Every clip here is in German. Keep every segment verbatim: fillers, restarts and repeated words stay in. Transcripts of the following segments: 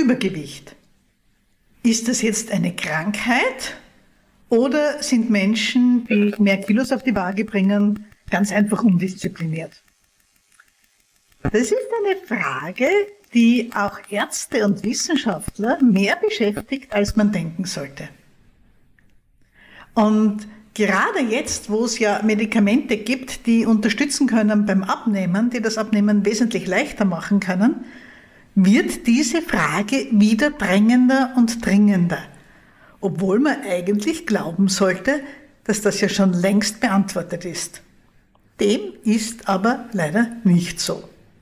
Übergewicht. Ist das jetzt eine Krankheit oder sind Menschen, die mehr Kilos auf die Waage bringen, ganz einfach undiszipliniert? Das ist eine Frage, die auch Ärzte und Wissenschaftler mehr beschäftigt, als man denken sollte. Und gerade jetzt, wo es ja Medikamente gibt, die unterstützen können beim Abnehmen, die das Abnehmen wesentlich leichter machen können, wird diese Frage wieder drängender und dringender, obwohl man eigentlich glauben sollte, dass das ja schon längst beantwortet ist. Dem ist aber leider nicht so.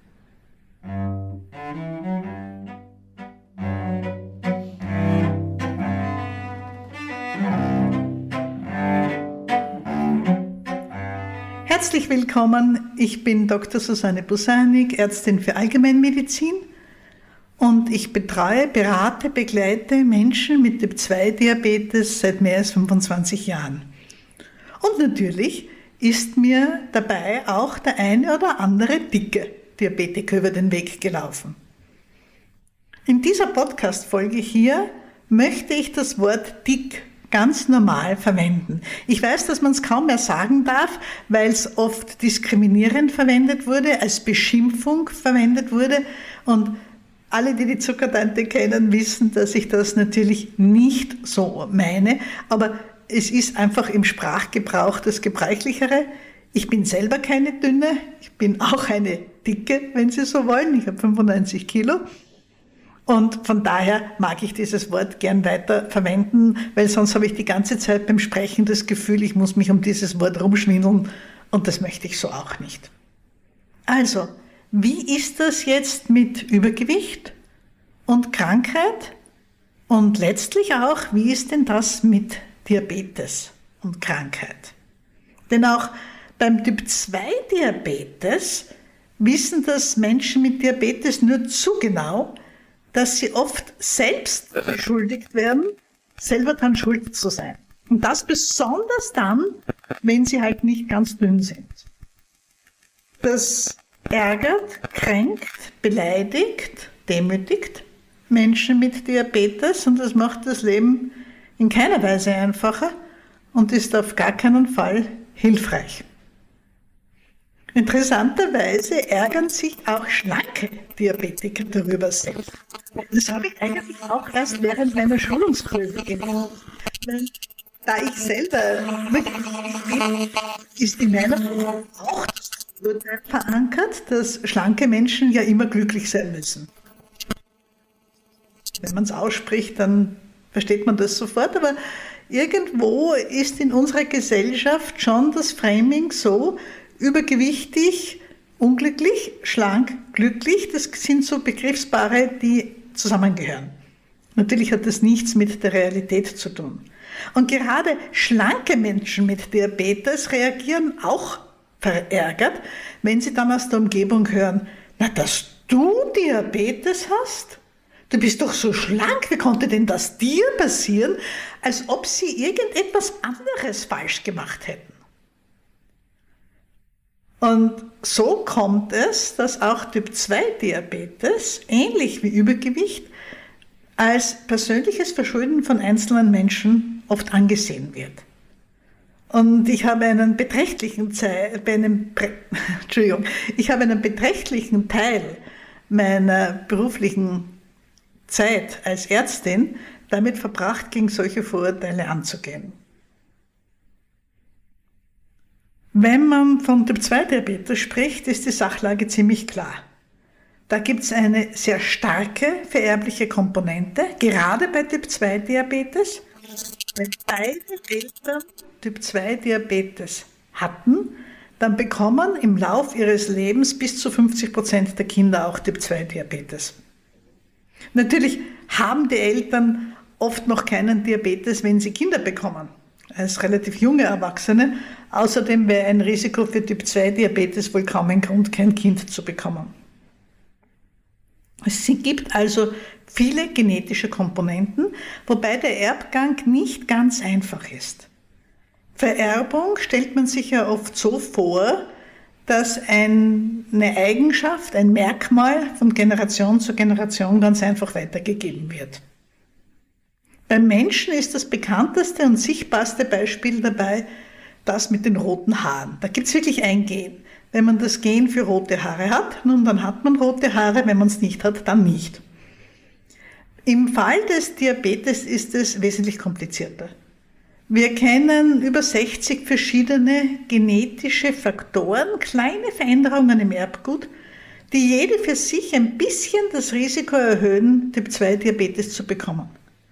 Herzlich willkommen, ich bin Doktor Susanne Busanik, Ärztin für Allgemeinmedizin und ich betreue, berate, begleite Menschen mit Typ zwei Diabetes seit mehr als fünfundzwanzig Jahren. Und natürlich ist mir dabei auch der eine oder andere dicke Diabetiker über den Weg gelaufen. In dieser Podcast-Folge hier möchte ich das Wort dick ganz normal verwenden. Ich weiß, dass man es kaum mehr sagen darf, weil es oft diskriminierend verwendet wurde, als Beschimpfung verwendet wurde. Und alle, die die Zuckertante kennen, wissen, dass ich das natürlich nicht so meine. Aber es ist einfach im Sprachgebrauch das Gebräuchlichere. Ich bin selber keine dünne, ich bin auch eine dicke, wenn Sie so wollen. Ich habe fünfundneunzig Kilo. Und von daher mag ich dieses Wort gern weiter verwenden, weil sonst habe ich die ganze Zeit beim Sprechen das Gefühl, ich muss mich um dieses Wort rumschwindeln und das möchte ich so auch nicht. Also, wie ist das jetzt mit Übergewicht und Krankheit? Und letztlich auch, wie ist denn das mit Diabetes und Krankheit? Denn auch beim Typ zwei Diabetes wissen das Menschen mit Diabetes nur zu genau, dass sie oft selbst beschuldigt werden, selber daran schuld zu sein. Und das besonders dann, wenn sie halt nicht ganz dünn sind. Das ärgert, kränkt, beleidigt, demütigt Menschen mit Diabetes und das macht das Leben in keiner Weise einfacher und ist auf gar keinen Fall hilfreich. Interessanterweise ärgern sich auch schlanke Diabetiker darüber selbst. Das habe ich eigentlich auch erst während meiner Schulungskurse gemacht. Da ich selber bin, ist in meiner Frau auch das Urteil verankert, dass schlanke Menschen ja immer glücklich sein müssen. Wenn man es ausspricht, dann versteht man das sofort, aber irgendwo ist in unserer Gesellschaft schon das Framing so, übergewichtig, unglücklich, schlank, glücklich, das sind so Begriffspaare, die zusammengehören. Natürlich hat das nichts mit der Realität zu tun. Und gerade schlanke Menschen mit Diabetes reagieren auch verärgert, wenn sie dann aus der Umgebung hören, na, dass du Diabetes hast? Du bist doch so schlank, wie konnte denn das dir passieren? Als ob sie irgendetwas anderes falsch gemacht hätten. Und so kommt es, dass auch Typ zwei Diabetes, ähnlich wie Übergewicht, als persönliches Verschulden von einzelnen Menschen oft angesehen wird. Und ich habe einen beträchtlichen, Ze- bei einem, Entschuldigung, ich habe einen beträchtlichen Teil meiner beruflichen Zeit als Ärztin damit verbracht, gegen solche Vorurteile anzugehen. Wenn man von Typ zwei Diabetes spricht, ist die Sachlage ziemlich klar. Da gibt es eine sehr starke vererbliche Komponente, gerade bei Typ zwei Diabetes. Wenn beide Eltern Typ zwei Diabetes hatten, dann bekommen im Lauf ihres Lebens bis zu fünfzig Prozent der Kinder auch Typ zwei Diabetes. Natürlich haben die Eltern oft noch keinen Diabetes, wenn sie Kinder bekommen, als relativ junge Erwachsene. Außerdem wäre ein Risiko für Typ zwei Diabetes wohl kaum ein Grund, kein Kind zu bekommen. Es gibt also viele genetische Komponenten, wobei der Erbgang nicht ganz einfach ist. Vererbung stellt man sich ja oft so vor, dass ein, eine Eigenschaft, ein Merkmal von Generation zu Generation ganz einfach weitergegeben wird. Beim Menschen ist das bekannteste und sichtbarste Beispiel dabei das mit den roten Haaren. Da gibt es wirklich ein Gen. Wenn man das Gen für rote Haare hat, nun, dann hat man rote Haare, wenn man es nicht hat, dann nicht. Im Fall des Diabetes ist es wesentlich komplizierter. Wir kennen über sechzig verschiedene genetische Faktoren, kleine Veränderungen im Erbgut, die jede für sich ein bisschen das Risiko erhöhen, Typ zwei Diabetes zu bekommen.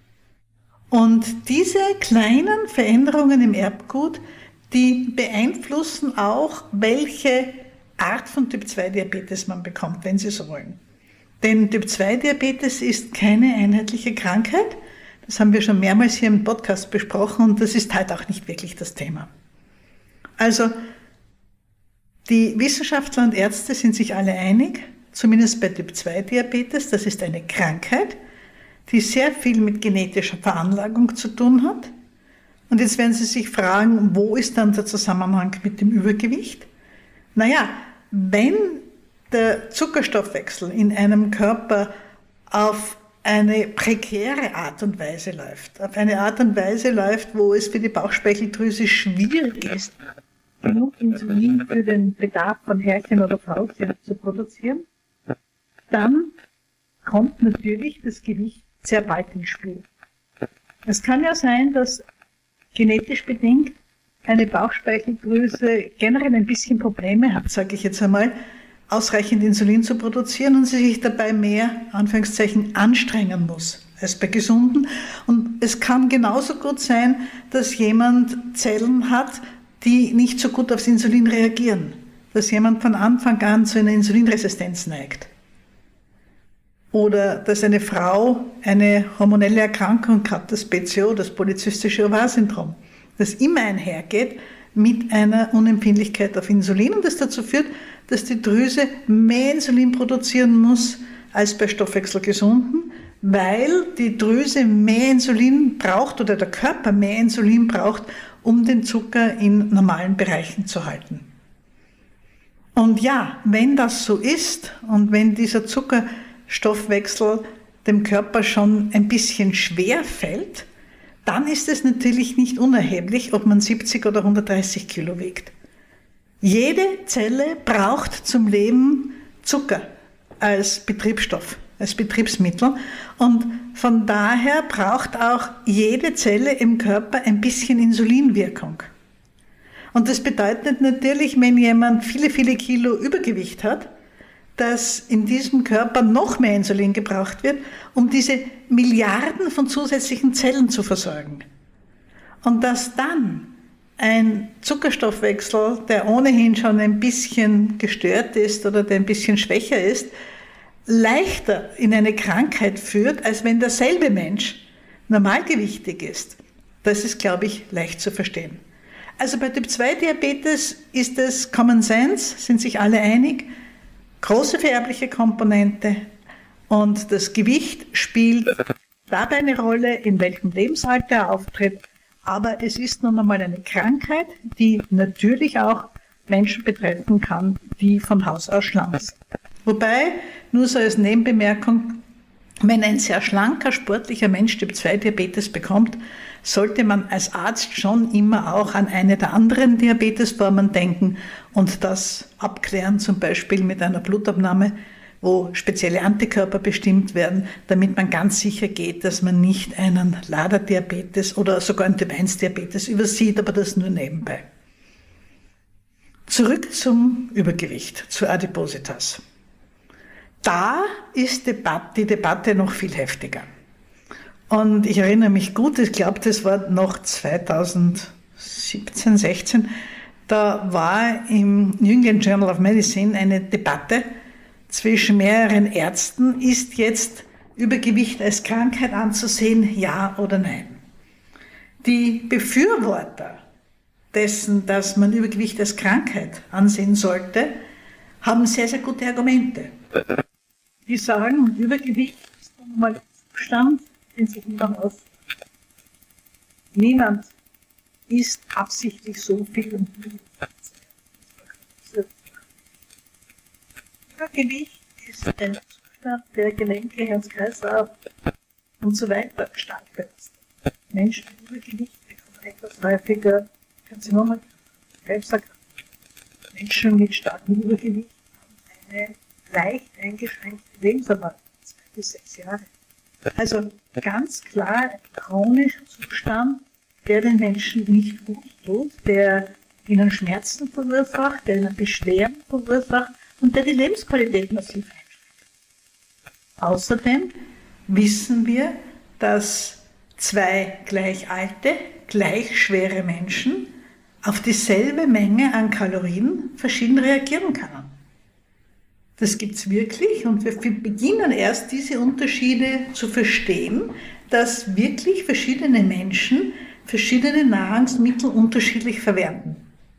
Und diese kleinen Veränderungen im Erbgut, die beeinflussen auch, welche Art von Typ zwei Diabetes man bekommt, wenn Sie so wollen. Denn Typ zwei Diabetes ist keine einheitliche Krankheit. Das haben wir schon mehrmals hier im Podcast besprochen und das ist halt auch nicht wirklich das Thema. Also, die Wissenschaftler und Ärzte sind sich alle einig, zumindest bei Typ zwei Diabetes, das ist eine Krankheit, die sehr viel mit genetischer Veranlagung zu tun hat. Und jetzt werden Sie sich fragen, wo ist dann der Zusammenhang mit dem Übergewicht? Naja, wenn der Zuckerstoffwechsel in einem Körper auf eine prekäre Art und Weise läuft, auf eine Art und Weise läuft, wo es für die Bauchspeicheldrüse schwierig ist, genug Insulin für den Bedarf von Herrchen oder Frauchen zu produzieren, dann kommt natürlich das Gewicht sehr bald ins Spiel. Es kann ja sein, dass genetisch bedingt eine Bauchspeicheldrüse generell ein bisschen Probleme hat, sage ich jetzt einmal, ausreichend Insulin zu produzieren und sie sich dabei mehr, Anführungszeichen, anstrengen muss als bei Gesunden. Und es kann genauso gut sein, dass jemand Zellen hat, die nicht so gut aufs Insulin reagieren, dass jemand von Anfang an zu einer Insulinresistenz neigt. Oder dass eine Frau eine hormonelle Erkrankung hat, das P C O, das polyzystische Ovar-Syndrom, das immer einhergeht mit einer Unempfindlichkeit auf Insulin und das dazu führt, dass die Drüse mehr Insulin produzieren muss als bei Stoffwechselgesunden, weil die Drüse mehr Insulin braucht oder der Körper mehr Insulin braucht, um den Zucker in normalen Bereichen zu halten. Und ja, wenn das so ist und wenn dieser Zuckerstoffwechsel dem Körper schon ein bisschen schwer fällt, dann ist es natürlich nicht unerheblich, ob man siebzig oder hundertdreißig Kilo wiegt. Jede Zelle braucht zum Leben Zucker als Betriebsstoff, als Betriebsmittel und von daher braucht auch jede Zelle im Körper ein bisschen Insulinwirkung. Und das bedeutet natürlich, wenn jemand viele, viele Kilo Übergewicht hat, dass in diesem Körper noch mehr Insulin gebraucht wird, um diese Milliarden von zusätzlichen Zellen zu versorgen. Und dass dann ein Zuckerstoffwechsel, der ohnehin schon ein bisschen gestört ist oder der ein bisschen schwächer ist, leichter in eine Krankheit führt, als wenn derselbe Mensch normalgewichtig ist. Das ist, glaube ich, leicht zu verstehen. Also bei Typ zwei Diabetes ist es Common Sense, sind sich alle einig, große vererbliche Komponente und das Gewicht spielt dabei eine Rolle, in welchem Lebensalter er auftritt. Aber es ist nun einmal eine Krankheit, die natürlich auch Menschen betreffen kann, die von Haus aus schlank sind. Wobei, nur so als Nebenbemerkung, wenn ein sehr schlanker, sportlicher Mensch Typ zwei Diabetes bekommt, sollte man als Arzt schon immer auch an eine der anderen Diabetesformen denken und das abklären, zum Beispiel mit einer Blutabnahme, wo spezielle Antikörper bestimmt werden, damit man ganz sicher geht, dass man nicht einen Laderdiabetes oder sogar einen Typ eins Diabetes übersieht, aber das nur nebenbei. Zurück zum Übergewicht, zu Adipositas. Da ist die Debatte noch viel heftiger. Und ich erinnere mich gut, ich glaube, das war noch zweitausendsiebzehn, sechzehn, da war im New England Journal of Medicine eine Debatte zwischen mehreren Ärzten, ist jetzt Übergewicht als Krankheit anzusehen, ja oder nein? Die Befürworter dessen, dass man Übergewicht als Krankheit ansehen sollte, haben sehr, sehr gute Argumente. Die sagen, Übergewicht ist nochmal ein Zustand, den sich niemand aus. Niemand isst absichtlich so viel und Übergewicht ist ein Zustand, der Gelenke, Herz-Kreislauf und so weiter stark belastet. Menschen mit Übergewicht bekommen etwas häufiger Karzinome, Krebserkrankungen. Menschen mit starkem Übergewicht haben eine leicht eingeschränkte Lebenserwartung, zwei bis sechs Jahre. Also ganz klar ein chronischer Zustand, der den Menschen nicht gut tut, der ihnen Schmerzen verursacht, der ihnen Beschwerden verursacht und der die Lebensqualität massiv einschränkt. Außerdem wissen wir, dass zwei gleich alte, gleich schwere Menschen auf dieselbe Menge an Kalorien verschieden reagieren können. Das gibt es wirklich und wir beginnen erst diese Unterschiede zu verstehen, dass wirklich verschiedene Menschen verschiedene Nahrungsmittel unterschiedlich verwerten.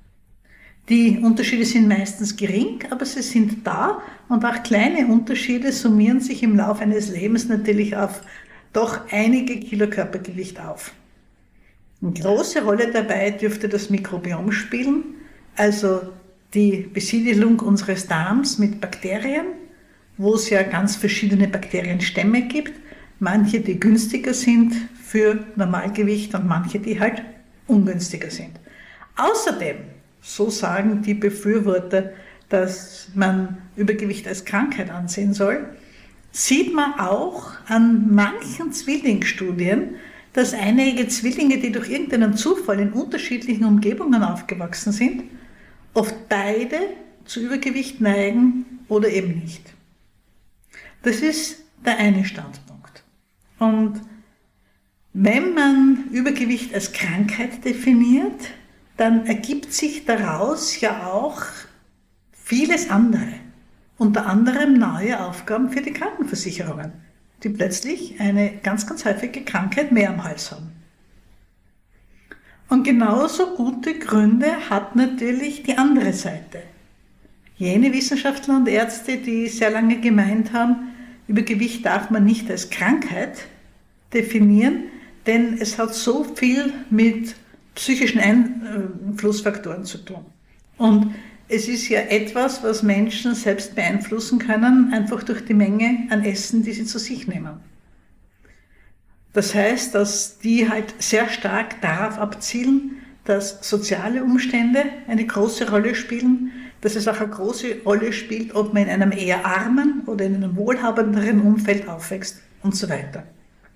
Die Unterschiede sind meistens gering, aber sie sind da und auch kleine Unterschiede summieren sich im Laufe eines Lebens natürlich auf doch einige Kilo Körpergewicht auf. Eine große Rolle dabei dürfte das Mikrobiom spielen, also die Besiedelung unseres Darms mit Bakterien, wo es ja ganz verschiedene Bakterienstämme gibt, manche, die günstiger sind für Normalgewicht und manche, die halt ungünstiger sind. Außerdem, so sagen die Befürworter, dass man Übergewicht als Krankheit ansehen soll, sieht man auch an manchen Zwillingsstudien, dass einige Zwillinge, die durch irgendeinen Zufall in unterschiedlichen Umgebungen aufgewachsen sind, oft beide zu Übergewicht neigen oder eben nicht. Das ist der eine Standpunkt. Und wenn man Übergewicht als Krankheit definiert, dann ergibt sich daraus ja auch vieles andere. Unter anderem neue Aufgaben für die Krankenversicherungen, die plötzlich eine ganz, ganz häufige Krankheit mehr am Hals haben. Und genauso gute Gründe hat natürlich die andere Seite. Jene Wissenschaftler und Ärzte, die sehr lange gemeint haben, Übergewicht darf man nicht als Krankheit definieren, denn es hat so viel mit psychischen Einflussfaktoren zu tun. Und es ist ja etwas, was Menschen selbst beeinflussen können, einfach durch die Menge an Essen, die sie zu sich nehmen. Das heißt, dass die halt sehr stark darauf abzielen, dass soziale Umstände eine große Rolle spielen, dass es auch eine große Rolle spielt, ob man in einem eher armen oder in einem wohlhabenderen Umfeld aufwächst und so weiter.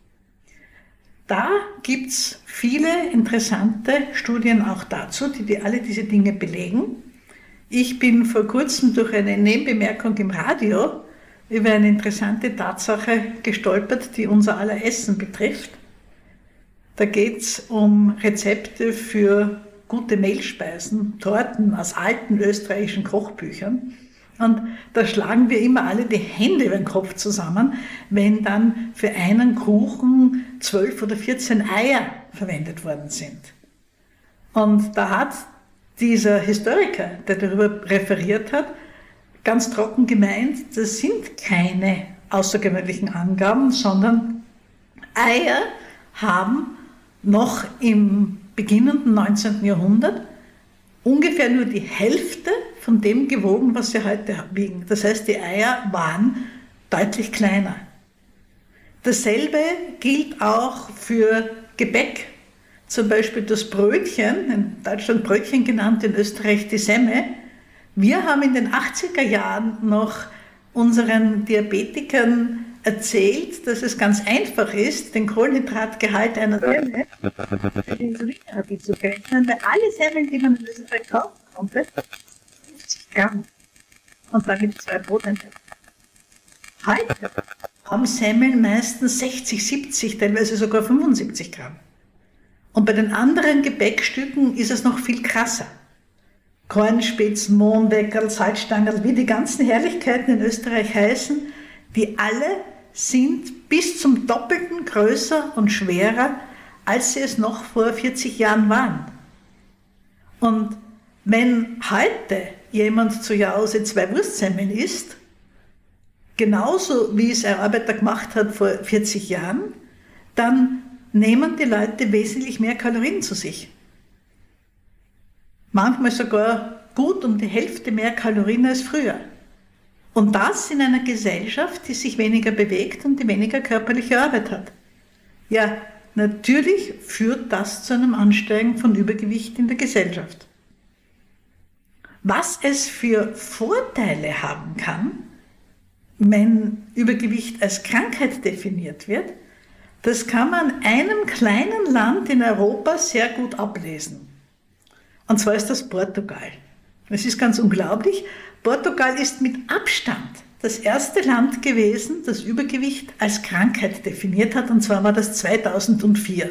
Da gibt es viele interessante Studien auch dazu, die, die alle diese Dinge belegen. Ich bin vor kurzem durch eine Nebenbemerkung im Radio über eine interessante Tatsache gestolpert, die unser aller Essen betrifft. Da geht es um Rezepte für gute Mehlspeisen, Torten aus alten österreichischen Kochbüchern. Und da schlagen wir immer alle die Hände über den Kopf zusammen, wenn dann für einen Kuchen zwölf oder vierzehn Eier verwendet worden sind. Und da hat dieser Historiker, der darüber referiert hat, ganz trocken gemeint, das sind keine außergewöhnlichen Angaben, sondern Eier haben noch im beginnenden neunzehnten Jahrhundert ungefähr nur die Hälfte von dem gewogen, was sie heute wiegen. Das heißt, die Eier waren deutlich kleiner. Dasselbe gilt auch für Gebäck. Zum Beispiel das Brötchen, in Deutschland Brötchen genannt, in Österreich die Semme. Wir haben in den achtziger Jahren noch unseren Diabetikern erzählt, dass es ganz einfach ist, den Kohlenhydratgehalt einer Semme für die Insulintherapie zu berechnen, weil alle Semmeln, die man in Österreich kaufen konnte, fünfzig Gramm und damit zwei Brote. Heute haben Semmeln meistens sechzig, siebzig, teilweise sogar fünfundsiebzig Gramm. Und bei den anderen Gebäckstücken ist es noch viel krasser. Kornspitz, Mohndeckerl, Salzstangerl, wie die ganzen Herrlichkeiten in Österreich heißen, die alle sind bis zum Doppelten größer und schwerer, als sie es noch vor vierzig Jahren waren. Und wenn heute jemand zu Jause zwei Wurstsemmeln isst, genauso wie es ein Arbeiter gemacht hat vor vierzig Jahren, dann nehmen die Leute wesentlich mehr Kalorien zu sich. Manchmal sogar gut um die Hälfte mehr Kalorien als früher. Und das in einer Gesellschaft, die sich weniger bewegt und die weniger körperliche Arbeit hat. Ja, natürlich führt das zu einem Ansteigen von Übergewicht in der Gesellschaft. Was es für Vorteile haben kann, wenn Übergewicht als Krankheit definiert wird, das kann man in einem kleinen Land in Europa sehr gut ablesen. Und zwar ist das Portugal. Es ist ganz unglaublich. Portugal ist mit Abstand das erste Land gewesen, das Übergewicht als Krankheit definiert hat, und zwar war das zweitausendvier.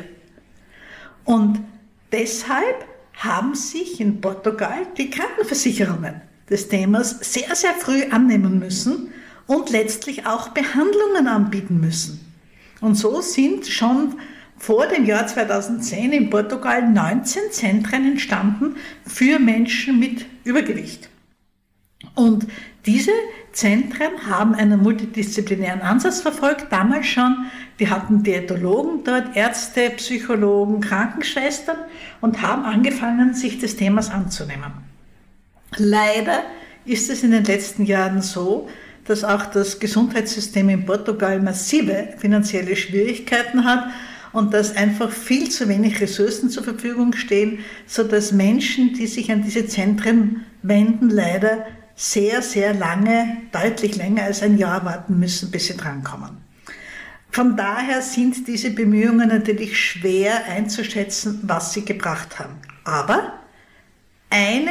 Und deshalb haben sich in Portugal die Krankenversicherungen des Themas sehr, sehr früh annehmen müssen und letztlich auch Behandlungen anbieten müssen. Und so sind schon vor dem Jahr zweitausendzehn in Portugal neunzehn Zentren entstanden für Menschen mit Übergewicht. Und diese Zentren haben einen multidisziplinären Ansatz verfolgt, damals schon. Die hatten Diätologen dort, Ärzte, Psychologen, Krankenschwestern und haben angefangen, sich des Themas anzunehmen. Leider ist es in den letzten Jahren so, dass auch das Gesundheitssystem in Portugal massive finanzielle Schwierigkeiten hat und dass einfach viel zu wenig Ressourcen zur Verfügung stehen, sodass Menschen, die sich an diese Zentren wenden, leider sehr, sehr lange, deutlich länger als ein Jahr warten müssen, bis sie drankommen. Von daher sind diese Bemühungen natürlich schwer einzuschätzen, was sie gebracht haben. Aber eine,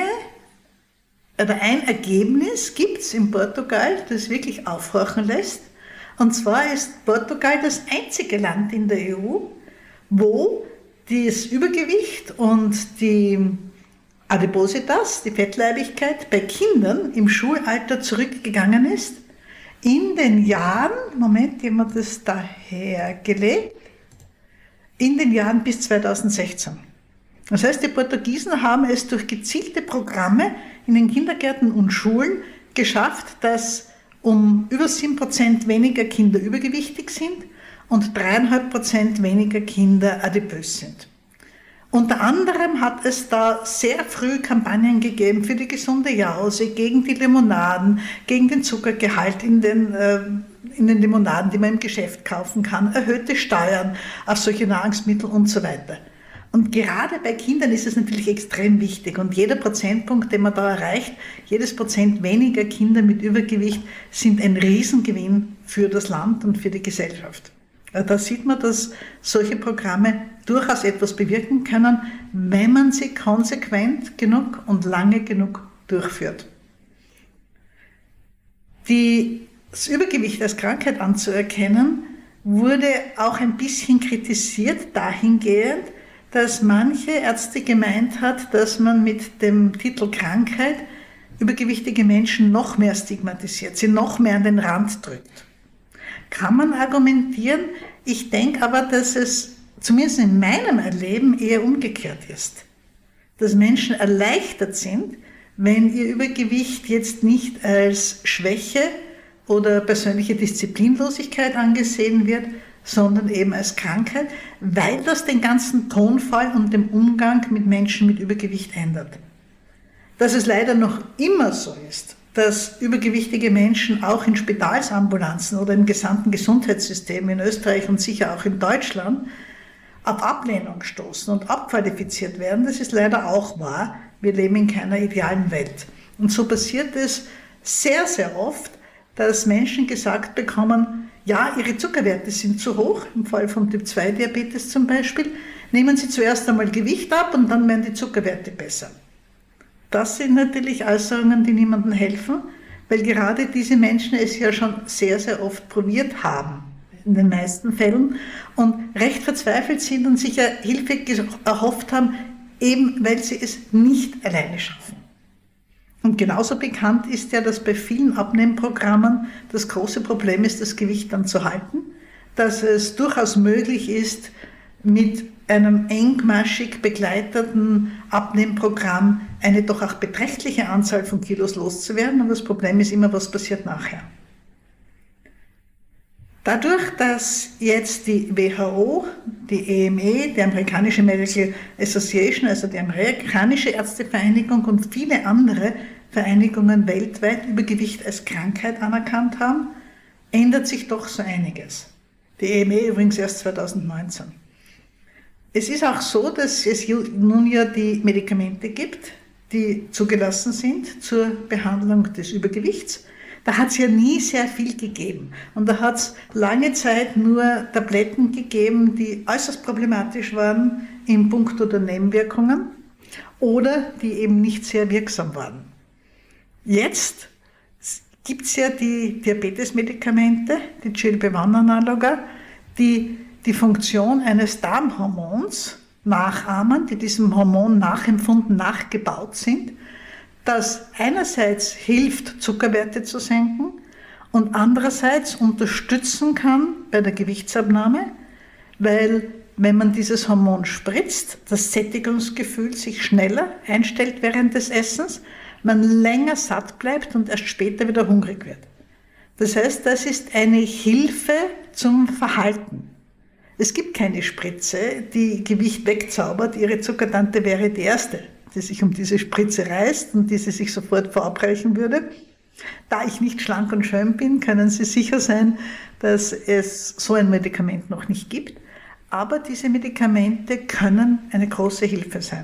oder ein Ergebnis gibt es in Portugal, das wirklich aufhorchen lässt. Und zwar ist Portugal das einzige Land in der E U, wo das Übergewicht und die Adipositas, die Fettleibigkeit, bei Kindern im Schulalter zurückgegangen ist. In den Jahren, Moment, ich habe das dahergelegt, in den Jahren bis zweitausendsechzehn. Das heißt, die Portugiesen haben es durch gezielte Programme in den Kindergärten und Schulen geschafft, dass um über sieben Prozent weniger Kinder übergewichtig sind und drei Komma fünf Prozent weniger Kinder adipös sind. Unter anderem hat es da sehr früh Kampagnen gegeben für die gesunde Jause, gegen die Limonaden, gegen den Zuckergehalt in den, äh, in den Limonaden, die man im Geschäft kaufen kann, erhöhte Steuern auf solche Nahrungsmittel und so weiter. Und gerade bei Kindern ist es natürlich extrem wichtig und jeder Prozentpunkt, den man da erreicht, jedes Prozent weniger Kinder mit Übergewicht sind ein Riesengewinn für das Land und für die Gesellschaft. Da sieht man, dass solche Programme durchaus etwas bewirken können, wenn man sie konsequent genug und lange genug durchführt. Die, das Übergewicht als Krankheit anzuerkennen, wurde auch ein bisschen kritisiert dahingehend, dass manche Ärzte gemeint hat, dass man mit dem Titel Krankheit übergewichtige Menschen noch mehr stigmatisiert, sie noch mehr an den Rand drückt. Kann man argumentieren. Ich denke aber, dass es zumindest in meinem Erleben eher umgekehrt ist. Dass Menschen erleichtert sind, wenn ihr Übergewicht jetzt nicht als Schwäche oder persönliche Disziplinlosigkeit angesehen wird, sondern eben als Krankheit, weil das den ganzen Tonfall und den Umgang mit Menschen mit Übergewicht ändert. Dass es leider noch immer so ist, dass übergewichtige Menschen auch in Spitalsambulanzen oder im gesamten Gesundheitssystem in Österreich und sicher auch in Deutschland auf Ablehnung stoßen und abqualifiziert werden, das ist leider auch wahr. Wir leben in keiner idealen Welt. Und so passiert es sehr, sehr oft, dass Menschen gesagt bekommen, ja, ihre Zuckerwerte sind zu hoch, im Fall von Typ zwei Diabetes zum Beispiel, nehmen Sie zuerst einmal Gewicht ab und dann werden die Zuckerwerte besser. Das sind natürlich Äußerungen, die niemandem helfen, weil gerade diese Menschen es ja schon sehr, sehr oft probiert haben, in den meisten Fällen, und recht verzweifelt sind und sich ja Hilfe erhofft haben, eben weil sie es nicht alleine schaffen. Und genauso bekannt ist ja, dass bei vielen Abnehmprogrammen das große Problem ist, das Gewicht dann zu halten, dass es durchaus möglich ist, mit einem engmaschig begleiteten Abnehmprogramm eine doch auch beträchtliche Anzahl von Kilos loszuwerden. Und das Problem ist immer, was passiert nachher. Dadurch, dass jetzt die W H O, die E M E, die amerikanische Medical Association, also die amerikanische Ärztevereinigung und viele andere Vereinigungen weltweit Übergewicht als Krankheit anerkannt haben, ändert sich doch so einiges. Die E M E übrigens erst zweitausendneunzehn. Es ist auch so, dass es nun ja die Medikamente gibt, die zugelassen sind zur Behandlung des Übergewichts. Da hat es ja nie sehr viel gegeben. Und da hat es lange Zeit nur Tabletten gegeben, die äußerst problematisch waren in puncto der Nebenwirkungen oder die eben nicht sehr wirksam waren. Jetzt gibt es ja die Diabetesmedikamente, die G L P eins Analoga, die die Funktion eines Darmhormons nachahmen, die diesem Hormon nachempfunden, nachgebaut sind, das einerseits hilft, Zuckerwerte zu senken und andererseits unterstützen kann bei der Gewichtsabnahme, weil wenn man dieses Hormon spritzt, das Sättigungsgefühl sich schneller einstellt während des Essens, man länger satt bleibt und erst später wieder hungrig wird. Das heißt, das ist eine Hilfe zum Verhalten. Es gibt keine Spritze, die Gewicht wegzaubert. Ihre Zuckertante wäre die erste, die sich um diese Spritze reißt und die sie sich sofort verabreichen würde. Da ich nicht schlank und schön bin, können Sie sicher sein, dass es so ein Medikament noch nicht gibt. Aber diese Medikamente können eine große Hilfe sein.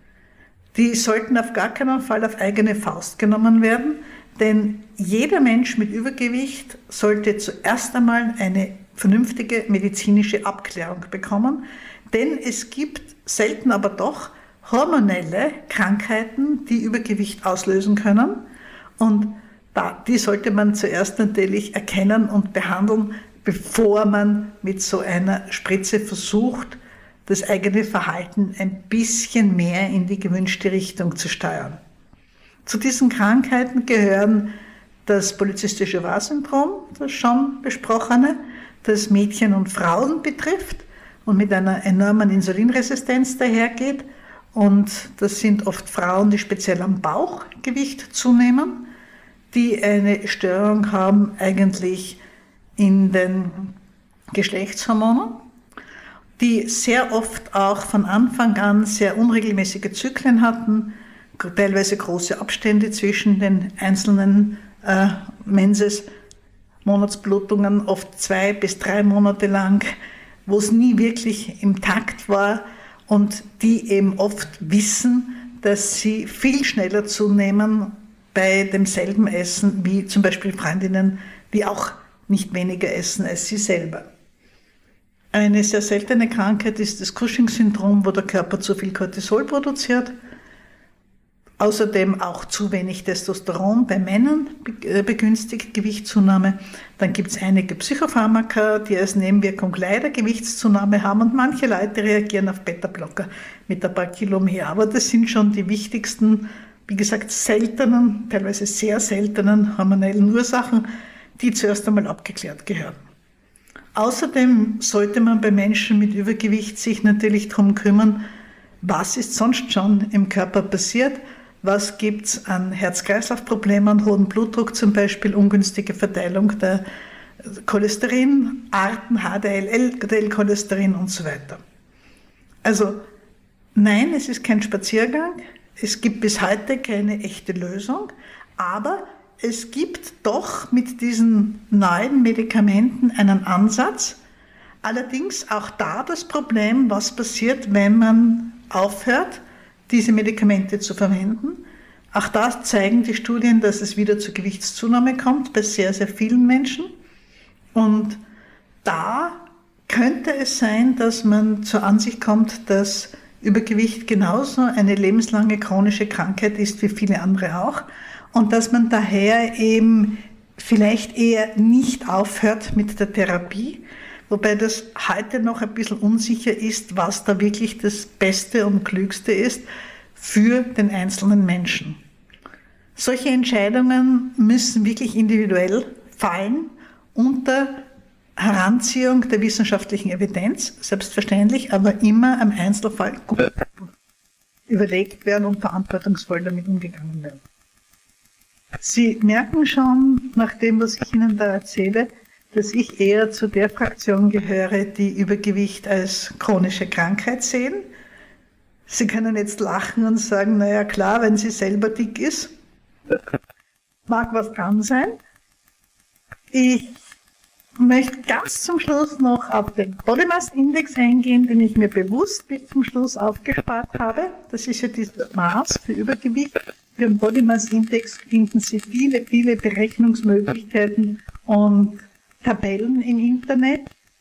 Die sollten auf gar keinen Fall auf eigene Faust genommen werden, denn jeder Mensch mit Übergewicht sollte zuerst einmal eine vernünftige medizinische Abklärung bekommen, denn es gibt selten aber doch hormonelle Krankheiten, die Übergewicht auslösen können und die sollte man zuerst natürlich erkennen und behandeln, bevor man mit so einer Spritze versucht, das eigene Verhalten ein bisschen mehr in die gewünschte Richtung zu steuern. Zu diesen Krankheiten gehören das polyzystische Ovar-Syndrom, das schon besprochene, das Mädchen und Frauen betrifft und mit einer enormen Insulinresistenz dahergeht. Und das sind oft Frauen, die speziell am Bauch Gewicht zunehmen, die eine Störung haben eigentlich in den Geschlechtshormonen, die sehr oft auch von Anfang an sehr unregelmäßige Zyklen hatten, teilweise große Abstände zwischen den einzelnen äh, Menses, Monatsblutungen, oft zwei bis drei Monate lang, wo es nie wirklich im Takt war und die eben oft wissen, dass sie viel schneller zunehmen bei demselben Essen wie zum Beispiel Freundinnen, die auch nicht weniger essen als sie selber. Eine sehr seltene Krankheit ist das Cushing-Syndrom, wo der Körper zu viel Cortisol produziert. Außerdem auch zu wenig Testosteron bei Männern begünstigt Gewichtszunahme. Dann gibt es einige Psychopharmaka, die als Nebenwirkung leider Gewichtszunahme haben und manche Leute reagieren auf Beta-Blocker mit ein paar Kilo mehr. Aber das sind schon die wichtigsten, wie gesagt, seltenen, teilweise sehr seltenen hormonellen Ursachen, die zuerst einmal abgeklärt gehören. Außerdem sollte man bei Menschen mit Übergewicht sich natürlich darum kümmern, was ist sonst schon im Körper passiert. Was gibt es an Herz-Kreislauf-Problemen, hohen Blutdruck zum Beispiel, ungünstige Verteilung der Cholesterinarten, H D L, L D L-Cholesterin und so weiter. Also nein, es ist kein Spaziergang, es gibt bis heute keine echte Lösung, aber es gibt doch mit diesen neuen Medikamenten einen Ansatz. Allerdings auch da das Problem, was passiert, wenn man aufhört, diese Medikamente zu verwenden. Auch da zeigen die Studien, dass es wieder zur Gewichtszunahme kommt bei sehr, sehr vielen Menschen. Und da könnte es sein, dass man zur Ansicht kommt, dass Übergewicht genauso eine lebenslange chronische Krankheit ist wie viele andere auch und dass man daher eben vielleicht eher nicht aufhört mit der Therapie, wobei das heute noch ein bisschen unsicher ist, was da wirklich das Beste und Klügste ist für den einzelnen Menschen. Solche Entscheidungen müssen wirklich individuell fallen unter Heranziehung der wissenschaftlichen Evidenz, selbstverständlich, aber immer am Einzelfall gut überlegt werden und verantwortungsvoll damit umgegangen werden. Sie merken schon, nach dem, was ich Ihnen da erzähle, dass ich eher zu der Fraktion gehöre, die Übergewicht als chronische Krankheit sehen. Sie können jetzt lachen und sagen, naja klar, wenn sie selber dick ist, Mag was dran sein. Ich möchte ganz zum Schluss noch auf den Body Mass Index eingehen, den ich mir bewusst bis zum Schluss aufgespart habe. Das ist ja dieses Maß für Übergewicht. Für den Body Mass Index finden Sie viele, viele Berechnungsmöglichkeiten und Tabellen im Internet.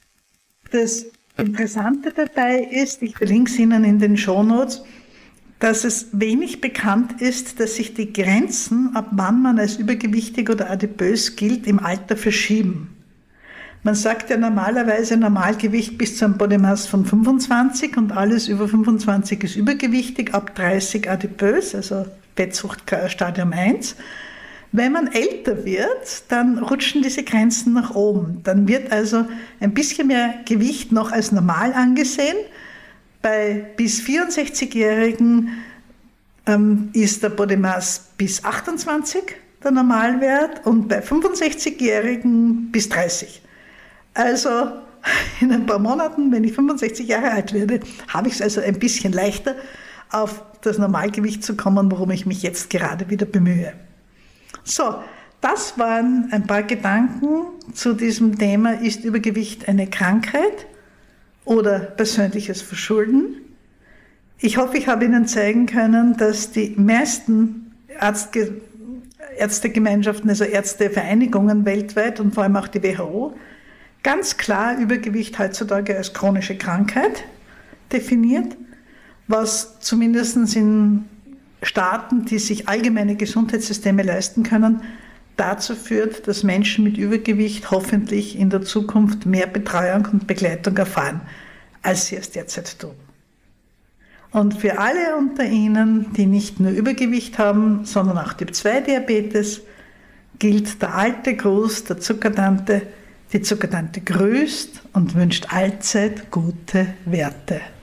Das Interessante dabei ist, ich verlinke es Ihnen in den Shownotes, dass es wenig bekannt ist, dass sich die Grenzen, ab wann man als übergewichtig oder adipös gilt, im Alter verschieben. Man sagt ja normalerweise Normalgewicht bis zu einem Body Mass von fünfundzwanzig und alles über fünfundzwanzig ist übergewichtig, ab dreißig adipös, also Fettsucht Stadium eins. Wenn man älter wird, dann rutschen diese Grenzen nach oben. Dann wird also ein bisschen mehr Gewicht noch als normal angesehen. Bei bis vierundsechzigjährigen ähm, ist der Body Mass bis achtundzwanzig der Normalwert und bei fünfundsechzigjährigen bis dreißig. Also in ein paar Monaten, wenn ich fünfundsechzig Jahre alt werde, habe ich es also ein bisschen leichter, auf das Normalgewicht zu kommen, worum ich mich jetzt gerade wieder bemühe. So, das waren ein paar Gedanken zu diesem Thema, ist Übergewicht eine Krankheit oder persönliches Verschulden? Ich hoffe, ich habe Ihnen zeigen können, dass die meisten Ärzte, Ärztegemeinschaften, also Ärztevereinigungen weltweit und vor allem auch die W H O, ganz klar Übergewicht heutzutage als chronische Krankheit definiert, was zumindest in Staaten, die sich allgemeine Gesundheitssysteme leisten können, dazu führt, dass Menschen mit Übergewicht hoffentlich in der Zukunft mehr Betreuung und Begleitung erfahren, als sie es derzeit tun. Und für alle unter Ihnen, die nicht nur Übergewicht haben, sondern auch Typ zwei Diabetes, gilt der alte Gruß der Zuckertante: Die Zuckertante grüßt und wünscht allzeit gute Werte.